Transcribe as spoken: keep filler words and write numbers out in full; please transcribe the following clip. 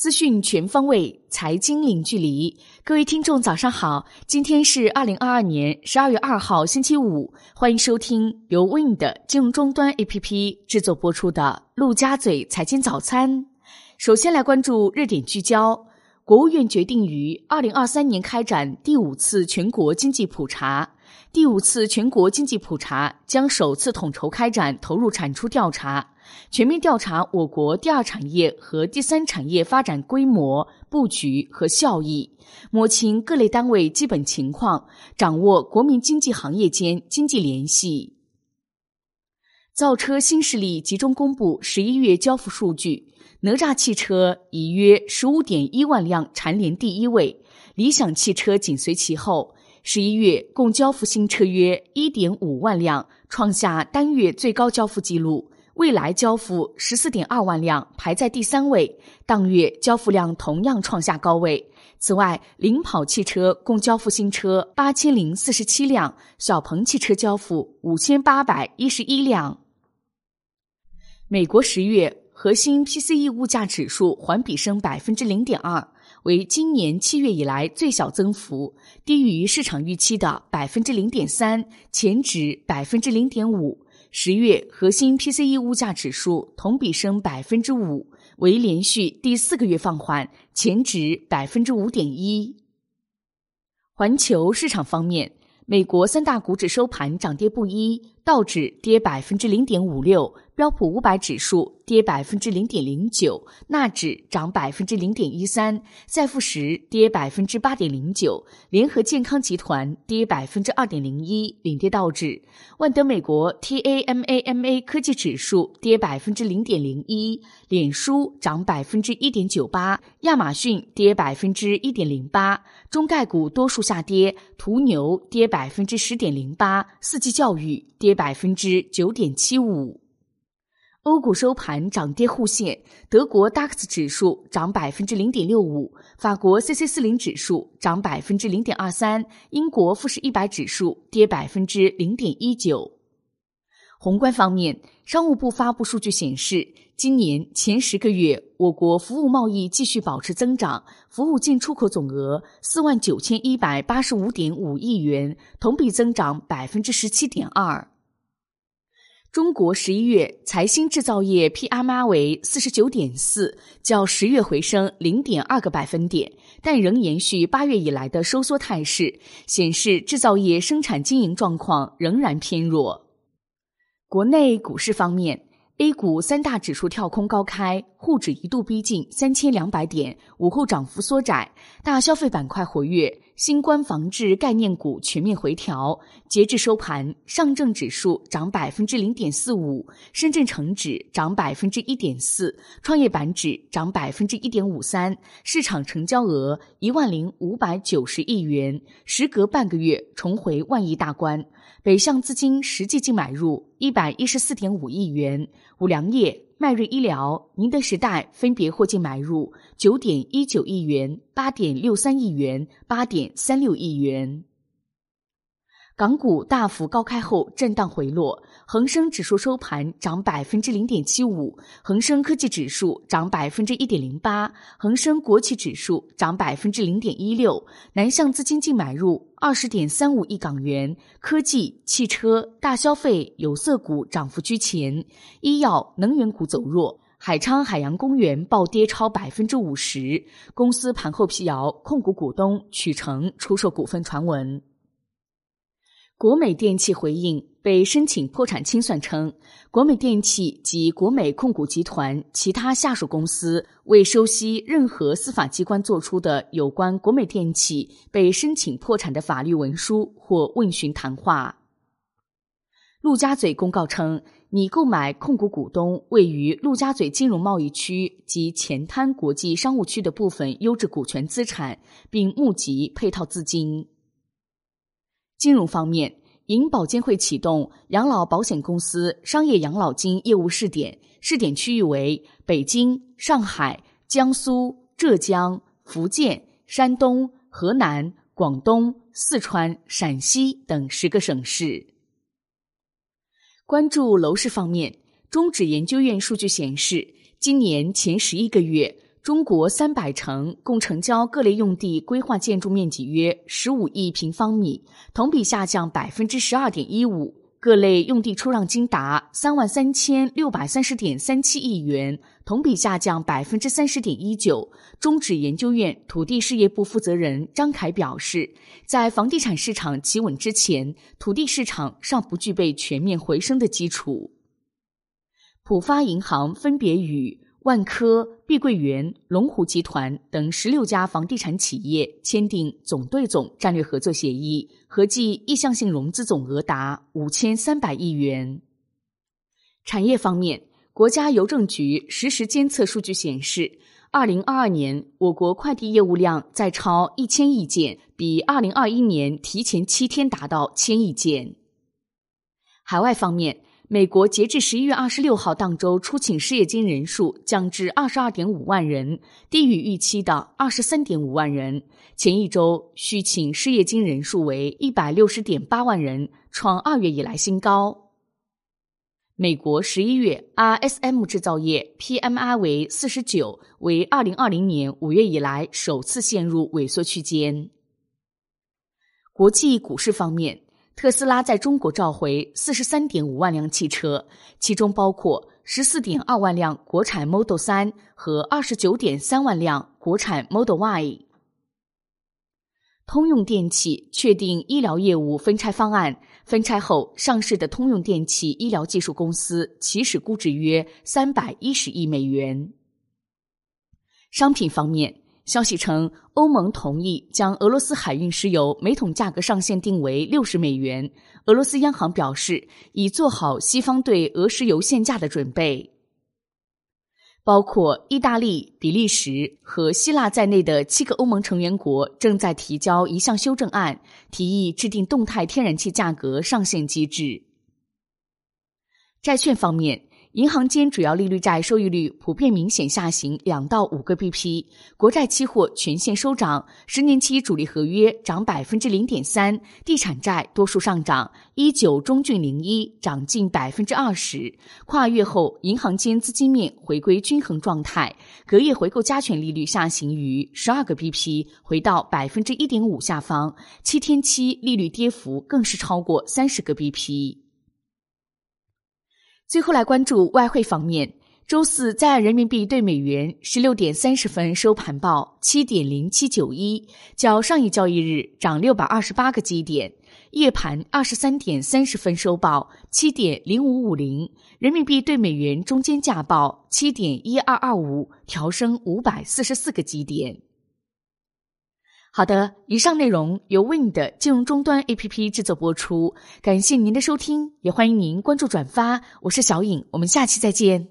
资讯全方位，财经零距离。各位听众早上好，今天是二零二二年十二月二号星期五，欢迎收听由 Win 的金融终端 A P P 制作播出的陆家嘴财经早餐。首先来关注热点聚焦。国务院决定于二零二三年开展第五次全国经济普查。第五次全国经济普查将首次统筹开展投入产出调查，全面调查我国第二产业和第三产业发展规模、布局和效益，摸清各类单位基本情况，掌握国民经济行业间经济联系。造车新势力集中公布十一月交付数据，哪吒汽车以约 十五点一万辆蝉联第一位，理想汽车紧随其后。十一月共交付新车约 一点五万辆，创下单月最高交付纪录。蔚来交付 十四点二万辆，排在第三位，当月交付量同样创下高位。此外，领跑汽车共交付新车八千零四十七辆，小鹏汽车交付五千八百一十一辆。美国十月核心 P C E 物价指数环比升 百分之零点二， 为今年七月以来最小增幅，低于市场预期的 百分之零点三， 前值 百分之零点五。 十月核心 P C E 物价指数同比升 百分之五， 为连续第四个月放缓，前值 百分之五点一。 环球市场方面，美国三大股指收盘涨跌不一，道指跌 百分之零点五六， 标普五百指数跌 百分之零点零九， 纳指涨 百分之零点一三， 赛富时跌 百分之八点零九， 联合健康集团跌 百分之二点零一， 领跌道指。万德美国 T A M A M A 科技指数跌 百分之零点零一， 脸书涨 百分之一点九八， 亚马逊跌 百分之一点零八， 中概股多数下跌，途牛跌 百分之十点零八， 四季教育跌 百分之九点七五。欧股收盘涨跌互现，德国 D A X 指数涨 百分之零点六五， 法国 C C 四十 指数涨 百分之零点二三， 英国富时一百指数跌 百分之零点一九。宏观方面，商务部发布数据显示，今年前十个月，我国服务贸易继续保持增长，服务进出口总额四万九千一百八十五点五亿元，同比增长 百分之十七点二。中国十一月财新制造业 P M I 为 四十九点四， 较十月回升 零点二个百分点，但仍延续八月以来的收缩态势，显示制造业生产经营状况仍然偏弱。国内股市方面， A 股三大指数跳空高开，沪指一度逼近三千两百点，午后涨幅缩窄，大消费板块活跃，新冠防治概念股全面回调。截至收盘，上证指数涨 百分之零点四五， 深圳成指涨 百分之一点四， 创业板指涨 百分之一点五三， 市场成交额一万零五百九十亿元，时隔半个月重回万亿大关。北向资金实际净买入一百一十四点五亿元，五粮液、迈瑞医疗、宁德时代分别获净买入 九点一九亿元、八点六三亿元、八点三六亿元。港股大幅高开后震荡回落，恒生指数收盘涨 百分之零点七五， 恒生科技指数涨 百分之一点零八， 恒生国企指数涨 百分之零点一六， 南向资金净买入 二十点三五亿港元，科技、汽车、大消费、有色股涨幅居前，医药、能源股走弱。海昌海洋公园暴跌超 百分之五十， 公司盘后辟谣控股股东曲成出售股份传闻。国美电器回应被申请破产清算称，国美电器及国美控股集团其他下属公司未收悉任何司法机关作出的有关国美电器被申请破产的法律文书或问询谈话。陆家嘴公告称，拟购买控股股东位于陆家嘴金融贸易区及前滩国际商务区的部分优质股权资产，并募集配套资金。金融方面，银保监会启动养老保险公司商业养老金业务试点，试点区域为北京、上海、江苏、浙江、福建、山东、河南、广东、四川、陕西等十个省市。关注楼市方面，中指研究院数据显示，今年前十一个月， 中国三百城共成交各类用地规划建筑面积约十五亿平方米，同比下降 百分之十二点一五。各类用地出让金达三万三千六百三十点三七亿元，同比下降 百分之三十点一九。中指研究院土地事业部负责人张凯表示，在房地产市场企稳之前，土地市场尚不具备全面回升的基础。浦发银行分别与万科、碧桂园、龙湖集团等十六家房地产企业签订总对总战略合作协议，合计意向性融资总额达五千三百亿元。产业方面，国家邮政局实时监测数据显示，二零二二年我国快递业务量再超一千亿件，比二零二一年提前七天达到千亿件。海外方面，美国截至十一月二十六号当周出请失业金人数降至 二十二点五万人，低于预期的 二十三点五万人。前一周续请失业金人数为 一百六十点八万人，创二月以来新高。美国十一月 R S M 制造业 P M I 为四十九，为二零二零年五月以来首次陷入萎缩区间。国际股市方面，特斯拉在中国召回 四十三点五万辆汽车，其中包括 十四点二万辆国产 Model 三和 二十九点三万辆国产 Model Y。 通用电气确定医疗业务分拆方案，分拆后上市的通用电气医疗技术公司起始估值约三百一十亿美元。商品方面，消息称，欧盟同意将俄罗斯海运石油每桶价格上限定为六十美元。俄罗斯央行表示，已做好西方对俄石油限价的准备。包括意大利、比利时和希腊在内的七个欧盟成员国正在提交一项修正案，提议制定动态天然气价格上限机制。债券方面，银行间主要利率债收益率普遍明显下行两到五个 B P， 国债期货全线收涨，十年期主力合约涨 百分之零点三， 地产债多数上涨，一九中骏零一涨近 百分之二十。 跨月后银行间资金面回归均衡状态，隔夜回购加权利率下行逾十二个 B P， 回到 百分之一点五 下方，七天期利率跌幅更是超过三十个 B P。最后来关注外汇方面，周四在岸人民币对美元十六点三十分收盘报 七点零七九一， 较上一交易日涨六百二十八个基点。夜盘二十三点三十分收报 七点零五五零， 人民币对美元中间价报 七点一二二五， 调升五百四十四个基点。好的，以上内容由 Win 的金融终端 A P P 制作播出，感谢您的收听，也欢迎您关注转发，我是小颖，我们下期再见。